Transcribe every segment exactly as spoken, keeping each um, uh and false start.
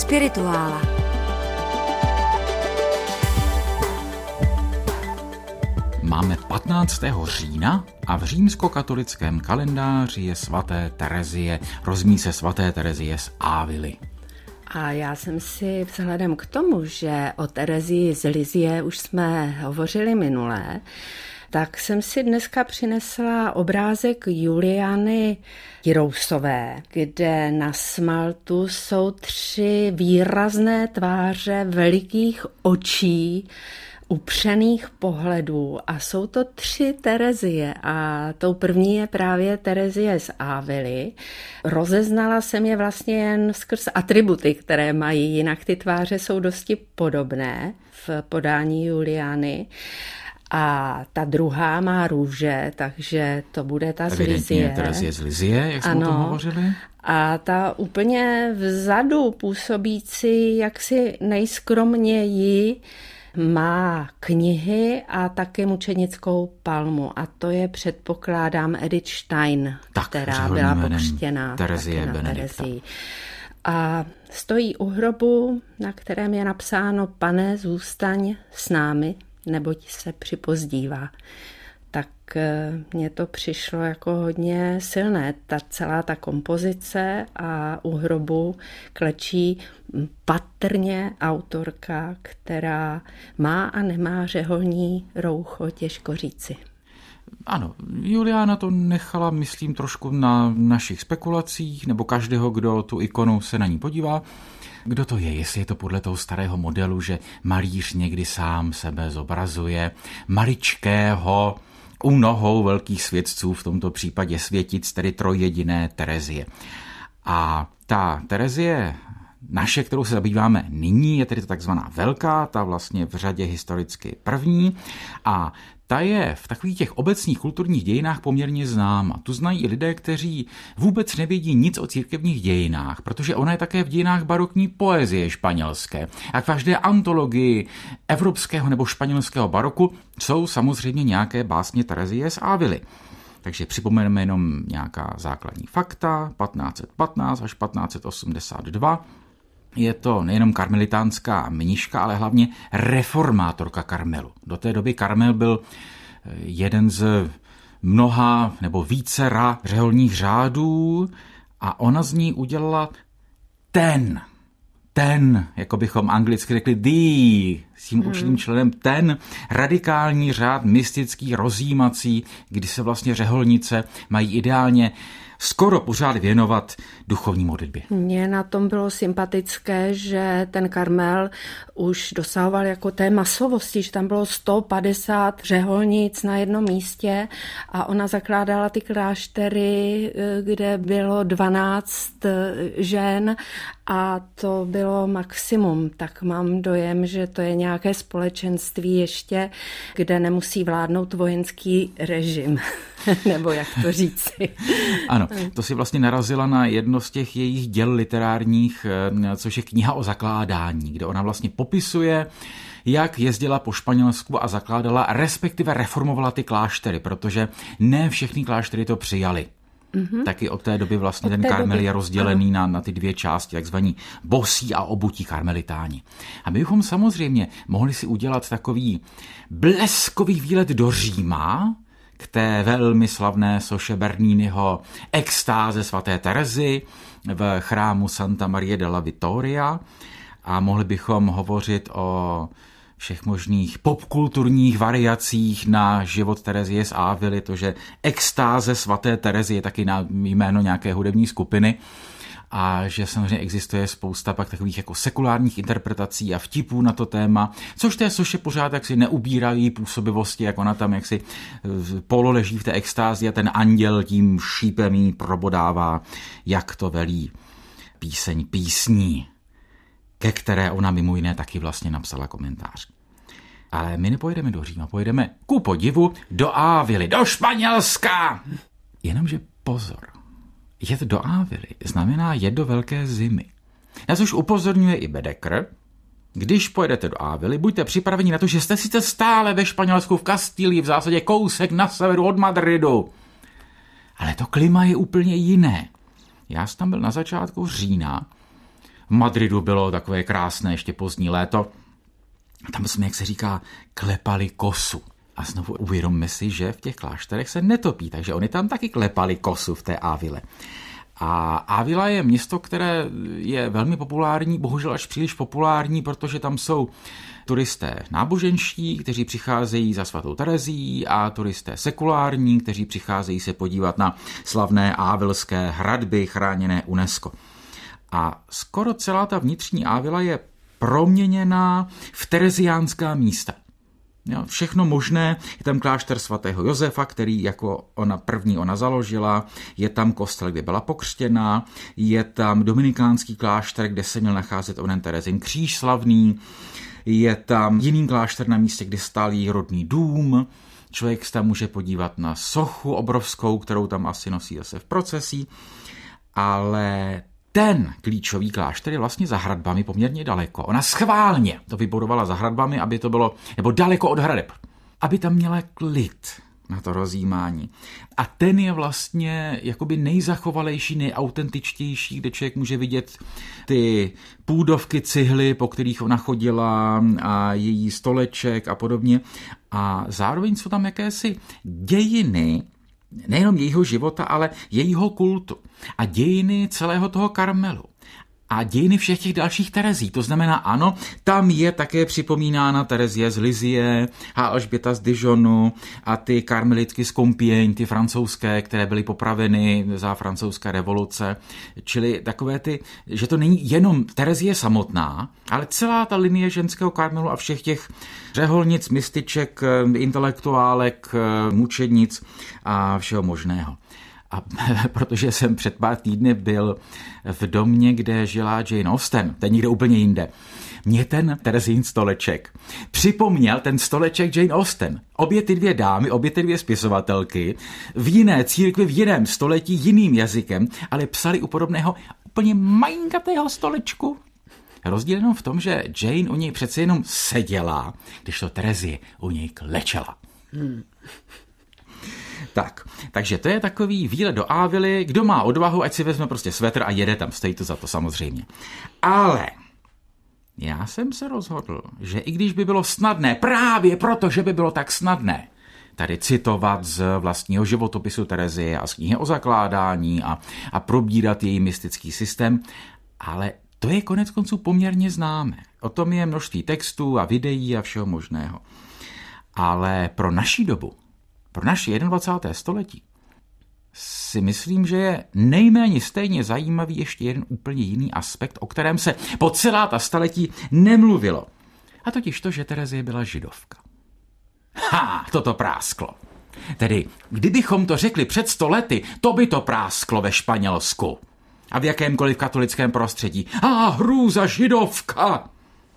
Spirituála. Máme patnáctého října a v římskokatolickém kalendáři je svaté Terezie, rozumí se svaté Terezie z Ávily. A já jsem si vzhledem k tomu, že o Terezii z Lizie už jsme hovořili minule, tak jsem si dneska přinesla obrázek Juliany Jirousové, kde na smaltu jsou tři výrazné tváře velikých očí, upřených pohledů a jsou to tři Terezie a tou první je právě Terezie z Ávily. Rozeznala jsem je vlastně jen skrz atributy, které mají, jinak ty tváře jsou dosti podobné v podání Juliany. A ta druhá má růže, takže to bude ta z Lizie. Terezie z Lizie, jak jsme ano. o tom hovořili. A ta úplně vzadu působící jaksi nejskromněji má knihy a také mučenickou palmu. A to je, předpokládám, Edith Stein, tak, která byla pokřtěná Terezie na Benedikta. Terezii. A stojí u hrobu, na kterém je napsáno: Pane, zůstaň s námi, neboť se připozdívá. Tak mně to přišlo jako hodně silné, ta celá ta kompozice, a u hrobu klečí patrně autorka, která má a nemá řeholní roucho, těžko říci. Ano, Juliána to nechala, myslím, trošku na našich spekulacích, nebo každého, kdo tu ikonu se na ní podívá. Kdo to je? Jestli je to podle toho starého modelu, že malíř někdy sám sebe zobrazuje, maličkého, u nohou velkých světců, v tomto případě světic, tedy trojjediné Terezie. A ta Terezie naše, kterou se zabýváme nyní, je tedy ta takzvaná velká, ta vlastně v řadě historicky první, a ta je v takových těch obecných kulturních dějinách poměrně známa. Tu znají i lidé, kteří vůbec nevědí nic o církevních dějinách, protože ona je také v dějinách barokní poezie španělské. A v každé antologii evropského nebo španělského baroku jsou samozřejmě nějaké básně Terezie z Ávily. Takže připomeneme jenom nějaká základní fakta, patnáct set patnáct až patnáct set osmdesát dva. Je to nejenom karmelitánská mniška, ale hlavně reformátorka Karmelu. Do té doby Karmel byl jeden z mnoha nebo vícera řeholních řádů a ona z ní udělala ten, ten, jako bychom anglicky řekli the, s tím určitým členem, ten radikální řád mystický, rozjímací, kdy se vlastně řeholnice mají ideálně skoro pořád věnovat duchovní modlitbě. Mně na tom bylo sympatické, že ten Karmel už dosahoval jako té masovosti, že tam bylo sto padesát řeholnic na jednom místě a ona zakládala ty kláštery, kde bylo dvanáct žen a to bylo maximum. Tak mám dojem, že to je nějaké společenství ještě, kde nemusí vládnout vojenský režim. Nebo jak to říci. Ano, to si vlastně narazila na jedno z těch jejich děl literárních, což je kniha o zakládání, kde ona vlastně popisuje, jak jezdila po Španělsku a zakládala, respektive reformovala ty kláštery, protože ne všechny kláštery to přijali. Mm-hmm. Taky od té doby vlastně od ten Karmel je rozdělený na, na ty dvě části, takzvaní bosí a obutí karmelitáni. A my bychom samozřejmě mohli si udělat takový bleskový výlet do Říma, k té velmi slavné soše Berniniho extáze svaté Terezy v chrámu Santa Maria della Vittoria, a mohli bychom hovořit o všech možných popkulturních variacích na život Terezie z Ávily, to, že extáze svaté Terezy je taky na jméno nějaké hudební skupiny, a že samozřejmě existuje spousta pak takových jako sekulárních interpretací a vtipů na to téma, což té soše pořád jaksi neubírají působivosti, jak ona tam jaksi pololeží v té extázi a ten anděl tím šípem jí probodává, jak to velí píseň písní, ke které ona mimo jiné taky vlastně napsala komentář. Ale my nepojedeme do Říma, pojedeme ku podivu do Ávily, do Španělska! Jenomže pozor. Jet do Ávily znamená jet do velké zimy. Na což upozorňuje i Bedekr. Když pojedete do Ávily, buďte připraveni na to, že jste sice stále ve Španělsku v Kastílii, v zásadě kousek na severu od Madridu. Ale to klima je úplně jiné. Já jsem tam byl na začátku října v Madridu bylo takové krásné ještě pozdní léto. Tam jsme, jak se říká, klepali kosu. A znovu uvědomme si, že v těch klášterech se netopí, takže oni tam taky klepali kosu v té Ávile. A Ávila je město, které je velmi populární, bohužel až příliš populární, protože tam jsou turisté náboženští, kteří přicházejí za svatou Terezií, a turisté sekulární, kteří přicházejí se podívat na slavné ávilské hradby chráněné UNESCO. A skoro celá ta vnitřní Ávila je proměněná v tereziánská místa. Jo, všechno možné, je tam klášter svatého Josefa, který jako ona první ona založila, je tam kostel, kde byla pokřtěná, je tam dominikánský klášter, kde se měl nacházet onen Terezin kříž slavný, je tam jiný klášter na místě, kde stál její rodný dům, člověk se tam může podívat na sochu obrovskou, kterou tam asi nosí zase v procesí, ale ten klíčový klášter je vlastně za hradbami poměrně daleko. Ona schválně to vybudovala za hradbami, aby to bylo, nebo daleko od hradeb, aby tam měla klid na to rozjímání. A ten je vlastně jakoby nejzachovalejší, nejautentičtější, kde člověk může vidět ty půdovky cihly, po kterých ona chodila, a její stoleček a podobně. A zároveň jsou tam jakési dějiny, nejenom jejího života, ale jejího kultu a dějiny celého toho Karmelu a dějiny všech těch dalších Terezí. To znamená, ano, tam je také připomínána Terezie z Lizie a Alžběta z Dijonu a ty karmelitky z Compiègne, ty francouzské, které byly popraveny za francouzské revoluce. Čili takové ty, že to není jenom Terezie samotná, ale celá ta linie ženského Karmelu a všech těch řeholnic, mističek, intelektuálek, mučednic a všeho možného. A protože jsem před pár týdny byl v domě, kde žila Jane Austen, to je někde úplně jinde, mě ten Terezín stoleček připomněl ten stoleček Jane Austen. Obě ty dvě dámy, obě ty dvě spisovatelky v jiné církvi, v jiném století, jiným jazykem, ale psali u podobného úplně malinkatého stolečku. Rozdíl jenom v tom, že Jane u něj přece jenom seděla, když to Terezie u něj klečela. Hmm. Tak, takže to je takový výlet do Ávily. Kdo má odvahu, ať si vezme prostě svetr a jede tam, stojí to za to samozřejmě. Ale já jsem se rozhodl, že i když by bylo snadné, právě proto, že by bylo tak snadné, tady citovat z vlastního životopisu Terezie a z knihy o zakládání a, a probírat její mystický systém, ale to je konec konců poměrně známé. O tom je množství textů a videí a všeho možného. Ale pro naší dobu, pro naše dvacáté první století si myslím, že je nejméně stejně zajímavý ještě jeden úplně jiný aspekt, o kterém se po celá ta staletí nemluvilo. A totiž to, že Terezie byla židovka. Ha, toto prásklo. Tedy, kdybychom to řekli před sto lety, to by to prásklo ve Španělsku. A v jakémkoliv katolickém prostředí. A hrůza, židovka!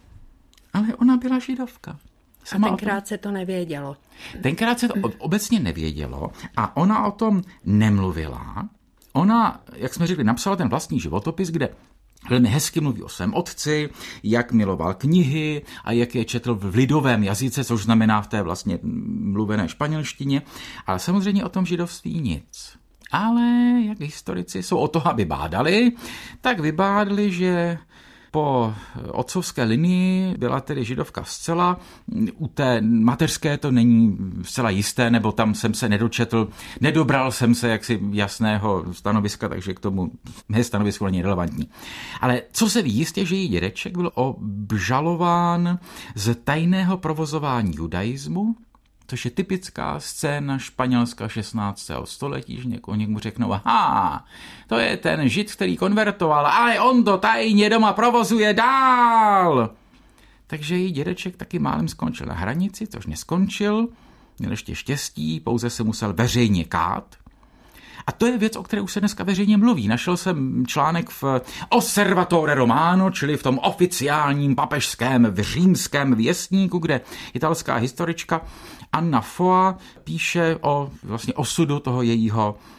Ale ona byla židovka. Sama a tenkrát se to nevědělo. Tenkrát se to obecně nevědělo a ona o tom nemluvila. Ona, jak jsme řekli, napsala ten vlastní životopis, kde velmi hezky mluví o svém otci, jak miloval knihy a jak je četl v lidovém jazyce, což znamená v té vlastně mluvené španělštině, ale samozřejmě o tom židovství nic. Ale jak historici jsou o to, aby bádali, tak vybádli, že po otcovské linii byla tedy židovka zcela, u té mateřské to není zcela jisté, nebo tam jsem se nedočetl, nedobral jsem se jaksi jasného stanoviska, takže k tomu mé stanovisko není relevantní. Ale co se ví jistě, že její dědeček byl obžalován z tajného provozování judaismu, což je typická scéna Španělska šestnáctého století, že někomu, někomu řeknou, aha, to je ten žid, který konvertoval, ale on to tajně doma provozuje dál. Takže její dědeček taky málem skončil na hranici, což neskončil, měl ještě štěstí, pouze se musel veřejně kát. A to je věc, o které už se dneska veřejně mluví. Našel jsem článek v Osservatore Romano, čili v tom oficiálním papežském v římském věstníku, kde italská historička Anna Foa píše o vlastně osudu toho jejího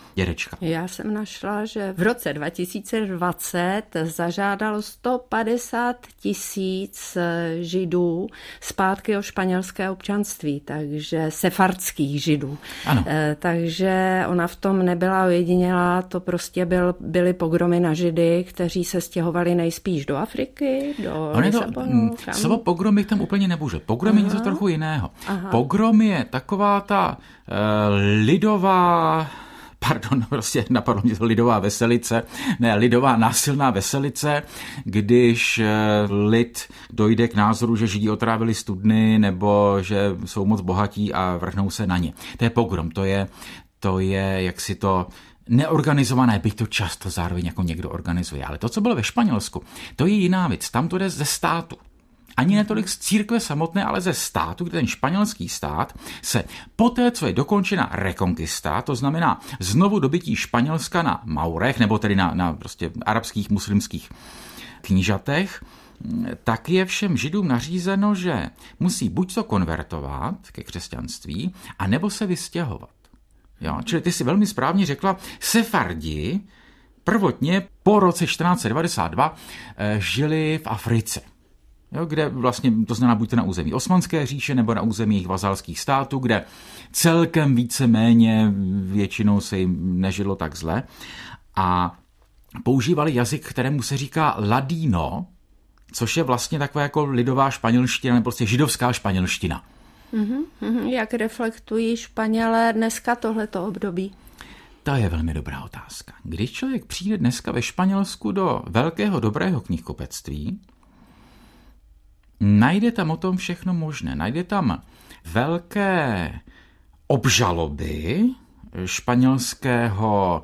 dědečka. Já jsem našla, že v roce dva tisíce dvacet zažádalo sto padesát tisíc Židů zpátky o španělské občanství, takže sefardských Židů. Ano. E, takže ona v tom nebyla ojedinělá, to prostě byl, byly pogromy na Židy, kteří se stěhovali nejspíš do Afriky, do Lisabonu. Slovo pogrom bych tam úplně nepoužil. Pogrom je něco trochu jiného. Aha. Pogrom je taková ta uh, lidová... Pardon, prostě napadlo mě to lidová veselice, ne, lidová násilná veselice, když lid dojde k názoru, že Židi otrávili studny nebo že jsou moc bohatí a vrhnou se na ně. To je pogrom, to je, to je jak si to neorganizované, byť to často zároveň jako někdo organizuje. Ale to, co bylo ve Španělsku, to je jiná věc, tam to jde ze státu. Ani netolik z církve samotné, ale ze státu, kde ten španělský stát se poté, co je dokončena rekonkista, to znamená znovu dobytí Španělska na Maurech, nebo tedy na, na prostě arabských muslimských knížatech, tak je všem Židům nařízeno, že musí buď to konvertovat ke křesťanství, anebo se vystěhovat. Jo? Čili ty si velmi správně řekla, Sefardi prvotně po roce čtrnáct set devadesát dva žili v Africe. Jo, kde vlastně, to znamená buď na území Osmanské říše nebo na území jejich vazalských států, kde celkem víceméně většinou se jim nežilo tak zle a používali jazyk, kterému se říká ladino, což je vlastně taková jako lidová španělština nebo prostě židovská španělština. Mm-hmm. Jak reflektují Španělé dneska tohleto období? To je velmi dobrá otázka. Když člověk přijde dneska ve Španělsku do velkého dobrého knihkupectví, najde tam o tom všechno možné. Najde tam velké obžaloby španělského,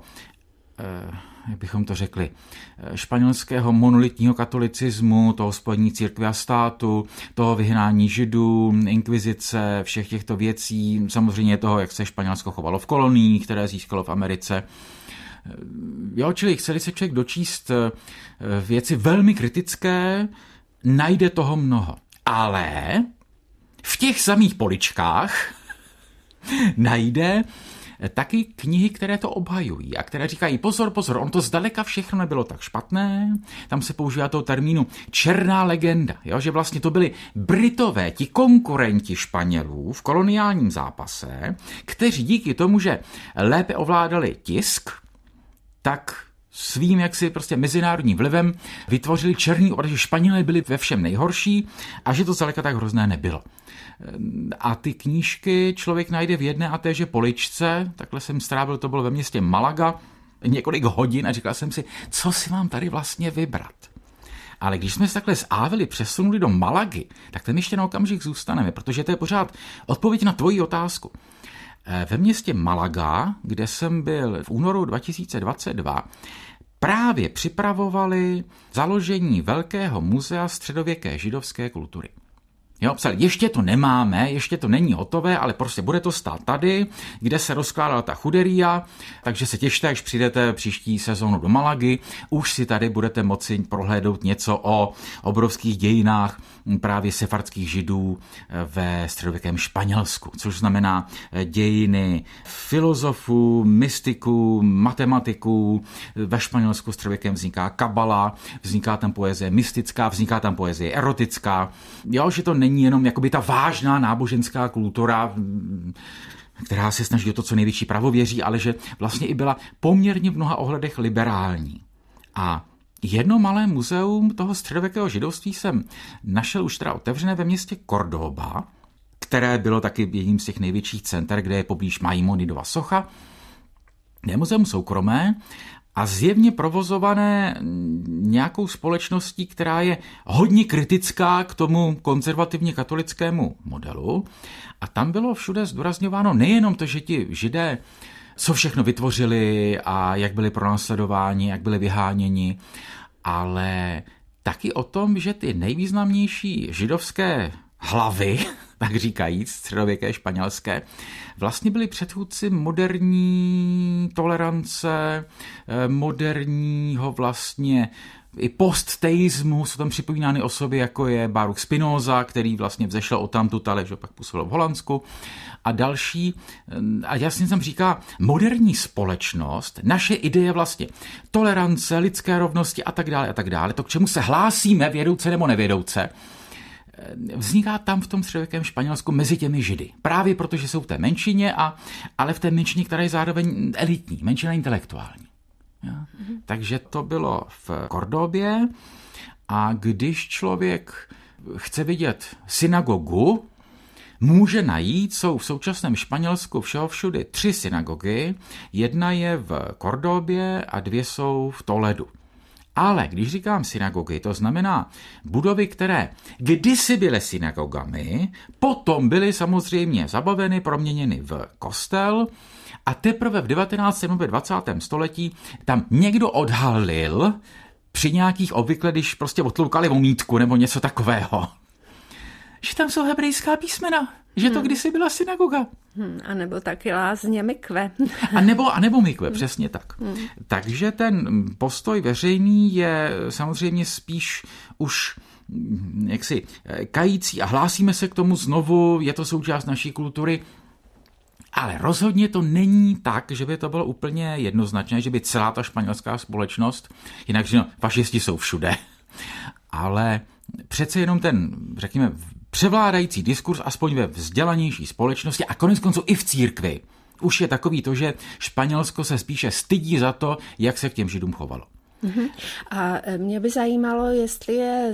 jak bychom to řekli, španělského monolitního katolicismu, toho spojení církve a státu, toho vyhnání Židů, inkvizice, všech těchto věcí, samozřejmě toho, jak se Španělsko chovalo v koloniích, které získalo v Americe. Jo, čili chce se člověk dočíst věci velmi kritické, najde toho mnoho. Ale v těch samých poličkách najde taky knihy, které to obhajují a které říkají pozor, pozor, on to zdaleka všechno nebylo tak špatné. Tam se používá toho termínu černá legenda, jo? Že vlastně to byli Britové, ti konkurenti Španělů v koloniálním zápase, kteří díky tomu, že lépe ovládali tisk, tak svým jaksi prostě mezinárodním vlivem vytvořili černý obraz, že Španělé byli ve všem nejhorší a že to zdaleka tak hrozné nebylo. A ty knížky člověk najde v jedné a téže poličce, takhle jsem strávil, to bylo ve městě Malaga, několik hodin a říkal jsem si, co si mám tady vlastně vybrat. Ale když jsme se takhle z Ávily přesunuli do Malagy, tak ten ještě na okamžik zůstaneme, protože to je pořád odpověď na tvoji otázku. Ve městě Malaga, kde jsem byl v únoru dva tisíce dvacet dva, právě připravovali založení velkého muzea středověké židovské kultury. Jo, psali, ještě to nemáme, ještě to není hotové, ale prostě bude to stát tady, kde se rozkládala ta chuderia, takže se těšte, až přijdete příští sezónu do Malagy, už si tady budete moci prohlédnout něco o obrovských dějinách právě sefardských Židů ve středověkém Španělsku, což znamená dějiny filozofů, mystiků, matematiků. Ve Španělsku středověkém vzniká kabala, vzniká tam poezie mystická, vzniká tam poezie erotická. Jo, že to není jenom jakoby ta vážná náboženská kultura, která se snaží o to, co největší pravověří, ale že vlastně i byla poměrně v mnoha ohledech liberální. A jedno malé muzeum toho středověkého židovství jsem našel už teda otevřené ve městě Cordoba, které bylo taky jedním z těch největších center, kde je poblíž Maimonidova socha. Je muzeum soukromé a zjevně provozované nějakou společností, která je hodně kritická k tomu konzervativně katolickému modelu. A tam bylo všude zdůrazňováno nejenom to, že ti Židé co všechno vytvořili a jak byli pronásledováni, jak byli vyháněni, ale taky o tom, že ty nejvýznamnější židovské hlavy tak říkajíc, středověké španělské, vlastně byli předchůdci moderní tolerance, moderního vlastně i postteismu, jsou tam připomínány osoby, jako je Baruch Spinoza, který vlastně vzešel odtamtud, ale že pak působil v Holandsku a další. A jasně tam říká, moderní společnost, naše ideje vlastně tolerance, lidské rovnosti a tak dále a tak dále, to, k čemu se hlásíme vědouce nebo nevědouce, vzniká tam v tom středověkém Španělsku mezi těmi Židy. Právě protože jsou v té menšině, a, ale v té menšině, která je zároveň elitní, menšina intelektuální. Ja. Mm-hmm. Takže to bylo v Kordobě, a když člověk chce vidět synagogu, může najít, jsou v současném Španělsku všeho všude tři synagogy, jedna je v Kordobě a dvě jsou v Toledu. Ale když říkám synagogy, to znamená budovy, které kdysi byly synagogami, potom byly samozřejmě zabaveny, proměněny v kostel, a teprve v devatenáctém nebo dvacátém století tam někdo odhalil při nějakých obvykle, když prostě otloukali vomítku nebo něco takového, že tam jsou hebrejská písmena, že to hmm. kdysi byla synagoga. Hmm, a nebo taky lázně mikve. a, nebo, a nebo mikve, přesně tak. Hmm. Takže ten postoj veřejný je samozřejmě spíš už jaksi kající a hlásíme se k tomu znovu, je to součást naší kultury. Ale rozhodně to není tak, že by to bylo úplně jednoznačné, že by celá ta španělská společnost, jinak že no, fašisti jsou všude, ale přece jenom ten, řekněme, převládající diskurs, aspoň ve vzdělanější společnosti a konec konců i v církvi, už je takový to, že Španělsko se spíše stydí za to, jak se k těm Židům chovalo. Uhum. A mě by zajímalo, jestli je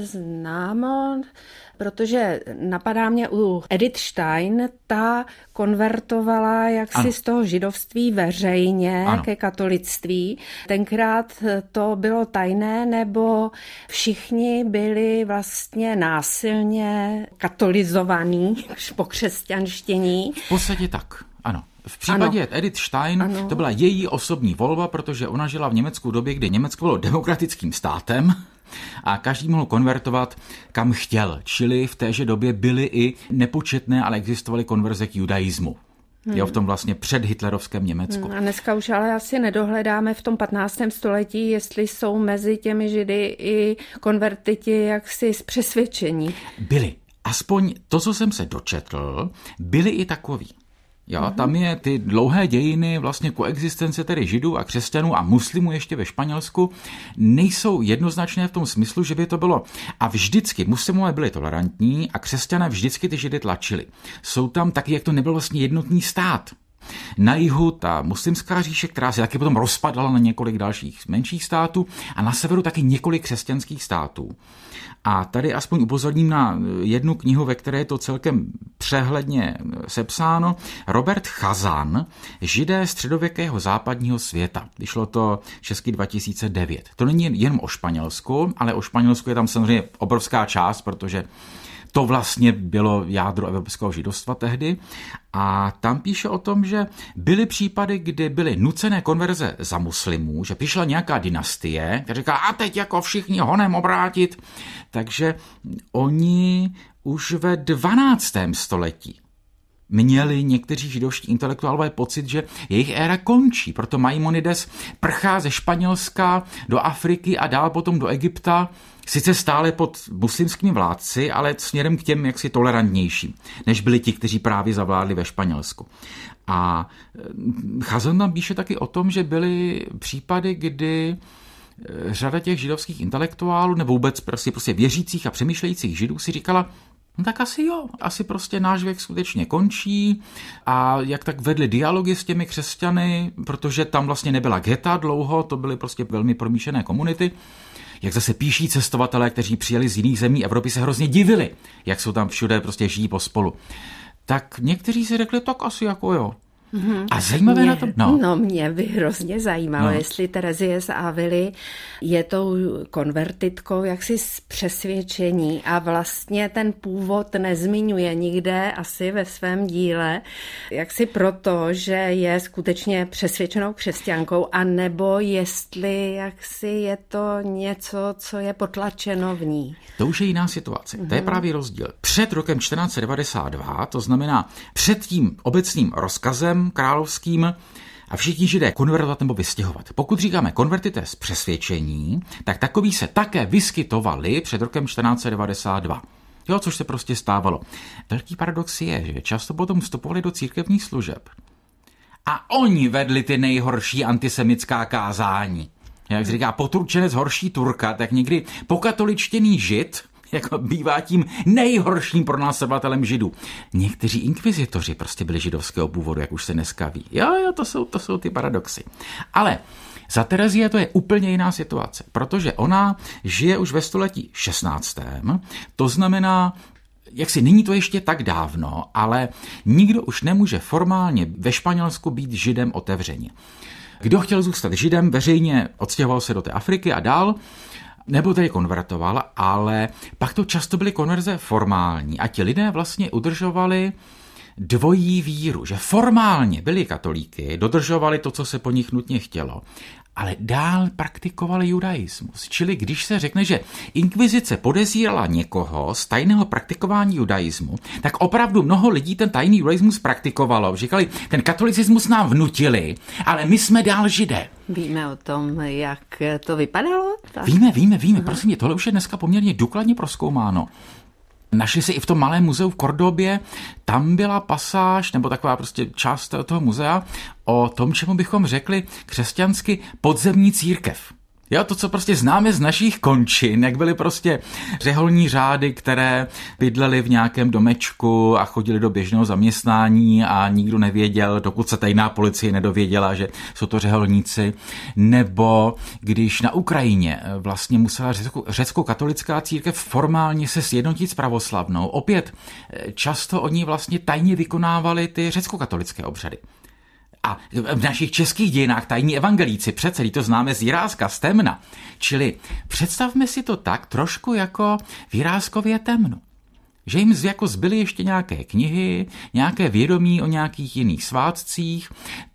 známo, protože napadá mě u Edith Stein, ta konvertovala jaksi ano. z toho židovství veřejně ano. ke katolictví. Tenkrát to bylo tajné, nebo všichni byli vlastně násilně katolizovaní, pokřesťanštění? V podstatě tak, ano. V případě ano. Edith Stein ano. to byla její osobní volba, protože ona žila v Německu v době, kdy Německo bylo demokratickým státem a každý mohl konvertovat kam chtěl. Čili v téže době byly i nepočetné, ale existovaly konverze k judaismu. Hmm. Jo, v tom vlastně předhitlerovském Německu. Hmm. A dneska už ale asi nedohledáme v tom patnáctém století, jestli jsou mezi těmi Židy i konvertiti jaksi z přesvědčení. Byli. Aspoň to, co jsem se dočetl, byli i takoví. Jo, mm-hmm. Tam je ty dlouhé dějiny vlastně koexistence tedy Židů a křesťanů a muslimů ještě ve Španělsku nejsou jednoznačné v tom smyslu, že by to bylo. A vždycky muslimové byli tolerantní a křesťané vždycky ty Židy tlačili. Jsou tam taky, jak to nebyl vlastně jednotný stát. Na jihu ta muslimská říše, která se taky potom rozpadala na několik dalších menších států, a na severu taky několik křesťanských států. A tady aspoň upozorním na jednu knihu, ve které je to celkem přehledně sepsáno. Robert Chazan, Židé středověkého západního světa. Vyšlo to česky dva tisíce devět. To není jen o Španělsku, ale o Španělsku je tam samozřejmě obrovská část, protože to vlastně bylo jádro evropského židovstva tehdy. A tam píše o tom, že byly případy, kdy byly nucené konverze za muslimů, že přišla nějaká dynastie, která říká, a teď jako všichni honem obrátit. Takže oni už ve dvanáctém století měli někteří židovští intelektuálové pocit, že jejich éra končí. Proto Maimonides prchá ze Španělska do Afriky a dál potom do Egypta, sice stále pod muslimskými vládci, ale směrem k těm jaksi tolerantnějším, než byli ti, kteří právě zavládli ve Španělsku. A Chazan tam píše taky o tom, že byly případy, kdy řada těch židovských intelektuálů nebo vůbec prostě, prostě věřících a přemýšlejících Židů si říkala, no tak asi jo, asi prostě náš věk skutečně končí, a jak tak vedli dialogy s těmi křesťany, protože tam vlastně nebyla geta dlouho, to byly prostě velmi promíšené komunity, jak zase píší cestovatelé, kteří přijeli z jiných zemí Evropy, se hrozně divili, jak jsou tam všude prostě žijí pospolu. Tak někteří si řekli, tak asi jako jo. Mm-hmm. A zajímavé mě, na tom... No. no, mě by hrozně zajímalo, no. jestli Terezie z Avily je tou konvertitkou jaksi z přesvědčení a vlastně ten původ nezmiňuje nikde asi ve svém díle, jaksi proto, že je skutečně přesvědčenou křesťankou, anebo jestli jaksi je to něco, co je potlačeno v ní. To už je jiná situace. Mm-hmm. To je právě rozdíl. Před rokem čtrnáct set devadesát dva, to znamená před tím obecným rozkazem královským, a všichni Židé konvertovat nebo vystěhovat. Pokud říkáme konvertité z přesvědčení, tak takový se také vyskytovali před rokem čtrnáct set devadesát dva. Jo, což se prostě stávalo. Velký paradox je, že často potom vstupovali do církevních služeb. A oni vedli ty nejhorší antisemitská kázání. Jak se říká, poturčenec horší Turka, tak někdy pokatoličtěný Žid jako bývá tím nejhorším pronásledovatelem Židů. Někteří inkvizitoři prostě byli židovského původu, jak už se dneska ví. Jo, jo, to jsou, to jsou ty paradoxy. Ale za Terezie to je úplně jiná situace, protože ona žije už ve století šestnáctém. To znamená, jak si není to ještě tak dávno, ale nikdo už nemůže formálně ve Španělsku být Židem otevřeně. Kdo chtěl zůstat Židem, veřejně odstěhoval se do té Afriky a dál, nebo tedy konvertoval, ale pak to často byly konverze formální a ti lidé vlastně udržovali dvojí víru, že formálně byli katolíky, dodržovali to, co se po nich nutně chtělo, ale dál praktikovali judaismus. Čili když se řekne, že inkvizice podezírala někoho z tajného praktikování judaismu, tak opravdu mnoho lidí ten tajný judaismus praktikovalo. Říkali, ten katolicismus nám vnutili, ale my jsme dál Židé. Víme o tom, jak to vypadalo? Tak? Víme, víme, víme. Aha. Prosím mě, tohle už je dneska poměrně důkladně prozkoumáno. Našli si i v tom malém muzeu v Kordobě, tam byla pasáž, nebo taková prostě část toho muzea, o tom, čemu bychom řekli křesťansky podzemní církev. Jo, to, co prostě známe z našich končin, jak byly prostě řeholní řády, které bydlely v nějakém domečku a chodili do běžného zaměstnání a nikdo nevěděl, dokud se tajná policie nedověděla, že jsou to řeholníci. Nebo když na Ukrajině vlastně musela řecko-katolická církev formálně se sjednotit s pravoslavnou. Opět často oni vlastně tajně vykonávali ty řecko-katolické obřady. A v našich českých dějinách tajní evangelíci, přece, to známe z Jiráska, z Temna. Čili představme si to tak trošku jako v Jiráskově Temnu. Že jim jako zbyly ještě nějaké knihy, nějaké vědomí o nějakých jiných svátcích,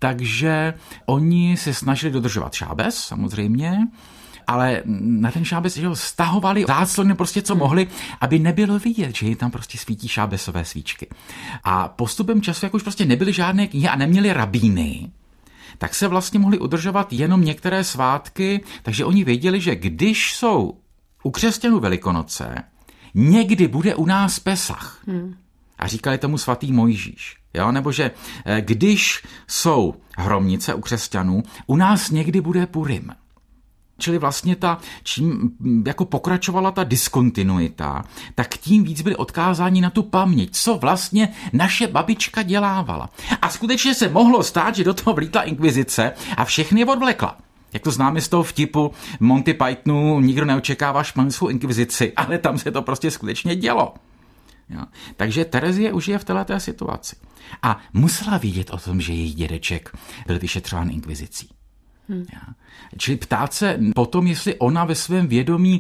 takže oni se snažili dodržovat šábes, samozřejmě, ale na ten šábes že ho stahovali záclony prostě, co mohli, aby nebylo vidět, že jim tam prostě svítí šábesové svíčky. A postupem času, jak už prostě nebyly žádné knihy a neměli rabíny, tak se vlastně mohli udržovat jenom některé svátky, takže oni věděli, že když jsou u křesťanů Velikonoce, někdy bude u nás Pesach. Hmm. A říkali tomu svatý Mojžíš. Jo? Nebo že když jsou hromnice u křesťanů, u nás někdy bude Purim. Čili vlastně ta, čím jako pokračovala ta diskontinuita, tak tím víc byli odkázáni na tu paměť, co vlastně naše babička dělávala. A skutečně se mohlo stát, že do toho vlítla inkvizice a všechny je odvlekla. Jak to známe z toho vtipu Monty Pythonu, nikdo neočekává španělskou inkvizici, ale tam se to prostě skutečně dělo. Jo. Takže Terezie už je v této situaci. A musela vědět o tom, že její dědeček byl vyšetřován inkvizicí. Hmm. Čili ptát se potom, jestli ona ve svém vědomí,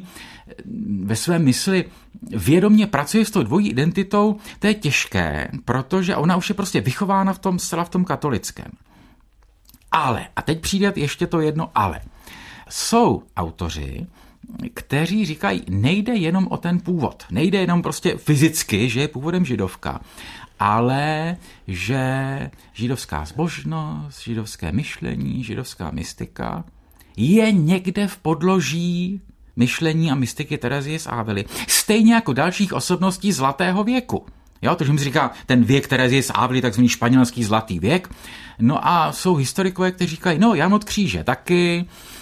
ve své mysli vědomě pracuje s tou dvojí identitou, to je těžké, protože ona už je prostě vychována v tom, zcela v tom katolickém. Ale, a teď přijde ještě to jedno ale, jsou autoři, kteří říkají, nejde jenom o ten původ, nejde jenom prostě fyzicky, že je původem židovka, ale že židovská zbožnost, židovské myšlení, židovská mystika je někde v podloží myšlení a mystiky Terezie z Avily. Stejně jako dalších osobností zlatého věku. Jo, to, že mi říká ten věk Terezie z Avily, takzvaný španělský zlatý věk. No a jsou historikové, kteří říkají, no Jan od Kříže taky,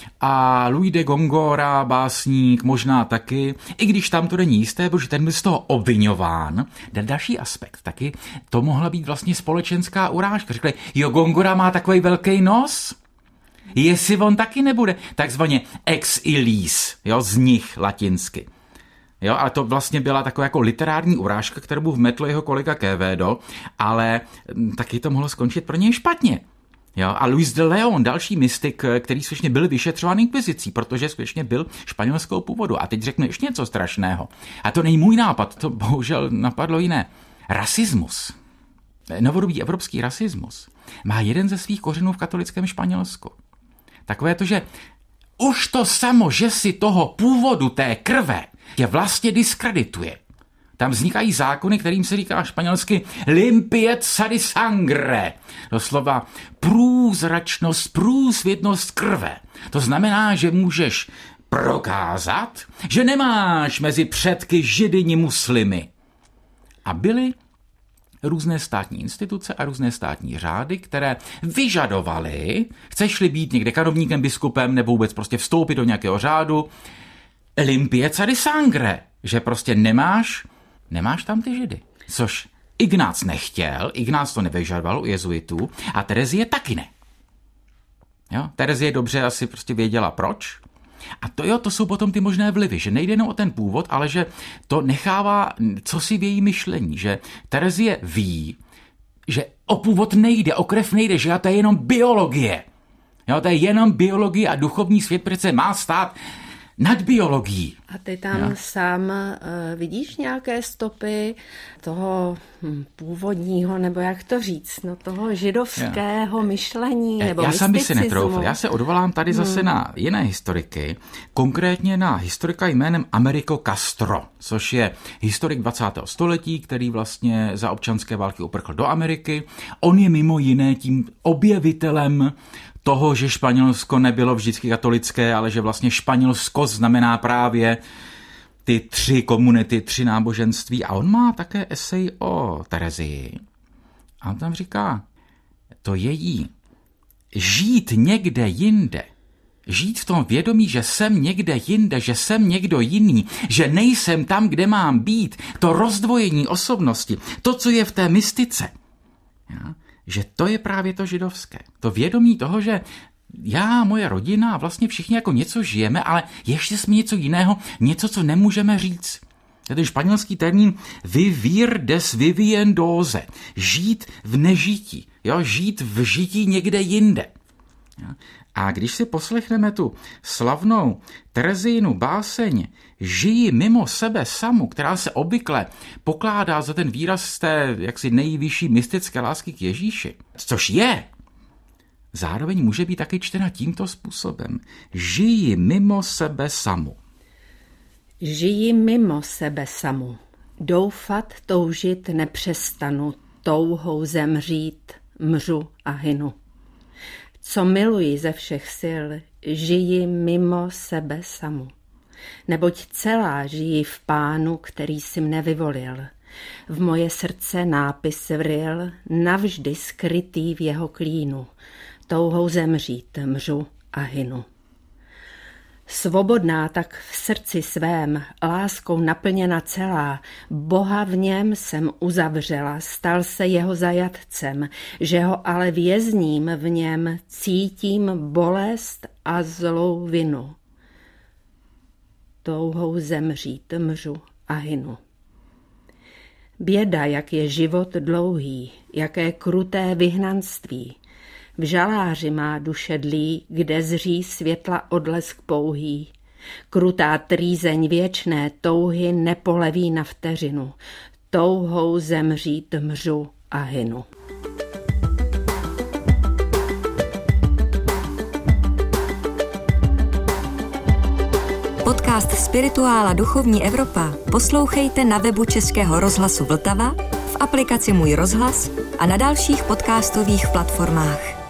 a Luis de Góngora, básník, možná taky, i když tam to není jisté, protože ten byl z toho obviňován. Ten další aspekt, taky to mohla být vlastně společenská urážka. Řekli, jo, Góngora má takový velký nos, jestli on taky nebude takzvaně ex illis, jo, z nich latinsky. Jo, ale to vlastně byla taková jako literární urážka, kterou mu vmetl jeho kolega Quevedo, ale taky to mohlo skončit pro něj špatně. Jo, a Luis de Leon, další mystik, který skutečně byl vyšetřován inkvizicí, protože skutečně byl španělského původu. A teď řekne ještě něco strašného. A to není můj nápad, to bohužel napadlo jiné. Rasismus, novodobý evropský rasismus, má jeden ze svých kořenů v katolickém Španělsku. Takové to, že už to samo, že si toho původu té krve je vlastně diskredituje. Tam vznikají zákony, kterým se říká španělsky limpieza de sangre. Doslova průzračnost, průsvětnost krve. To znamená, že můžeš prokázat, že nemáš mezi předky Židy ni muslimy. A byly různé státní instituce a různé státní řády, které vyžadovaly, chceš-li být někde kanovníkem, biskupem nebo vůbec prostě vstoupit do nějakého řádu, limpieza de sangre, že prostě nemáš, nemáš tam ty Židy. Což Ignác nechtěl, Ignác to nevyžadoval u jezuitů a Terezie taky ne. Jo? Terezie dobře asi prostě věděla proč. A to jo, to jsou potom ty možné vlivy, že nejde jenom o ten původ, ale že to nechává cosi v její myšlení, že Terezie ví, že o původ nejde, o krev nejde, že to je jenom biologie. Jo, to je jenom biologie a duchovní svět přece má stát nad biologií. A ty tam jo. sám uh, vidíš nějaké stopy toho hm, původního, nebo jak to říct, no toho židovského jo. myšlení, nebo Já sám bych si mysticismu. netroufl. Já se odvolám tady hmm. zase na jiné historiky, konkrétně na historika jménem Americo Castro, což je historik dvacátého století, který vlastně za občanské války uprchl do Ameriky. On je mimo jiné tím objevitelem toho, že Španělsko nebylo vždycky katolické, ale že vlastně Španělsko znamená právě ty tři komunity, tři náboženství. A on má také esej o Terezii. A on tam říká, to její žít někde jinde, žít v tom vědomí, že jsem někde jinde, že jsem někdo jiný, že nejsem tam, kde mám být, to rozdvojení osobnosti, to, co je v té mystice, ja? Že to je právě to židovské. To vědomí toho, že já, moje rodina a vlastně všichni jako něco žijeme, ale ještě jsme něco jiného, něco, co nemůžeme říct. To je ten španělský termín vivir des viviendose. Žít v nežití. Jo? Žít v žití někde jinde. A když si poslechneme tu slavnou Terezínu báseň Žiji mimo sebe samu, která se obvykle pokládá za ten výraz z té jaksi nejvyšší mystické lásky k Ježíši, což je, zároveň může být taky čtena tímto způsobem. Žiji mimo sebe samu. Žiji mimo sebe samu. Doufat, toužit nepřestanu, touhou zemřít, mřu a hynu. Co miluji ze všech sil, žiji mimo sebe samu. Neboť celá žijí v Pánu, který si mne vyvolil. V moje srdce nápis vryl, navždy skrytý v jeho klínu. Touhou zemřít, mřu a hynu. Svobodná tak v srdci svém, láskou naplněna celá, Boha v něm jsem uzavřela, stal se jeho zajatcem, že ho ale vězním v něm, cítím bolest a zlou vinu. Touhou zemřít, mřu a hynu. Běda, jak je život dlouhý, jaké kruté vyhnanství. V žaláři má duše dlí, kde zří světla odlesk pouhý. Krutá trýzeň věčné touhy nepoleví na vteřinu. Touhou zemřít, mřu a hynu. Podcast Spirituála Duchovní Evropa poslouchejte na webu Českého rozhlasu Vltava, v aplikaci Můj rozhlas a na dalších podcastových platformách.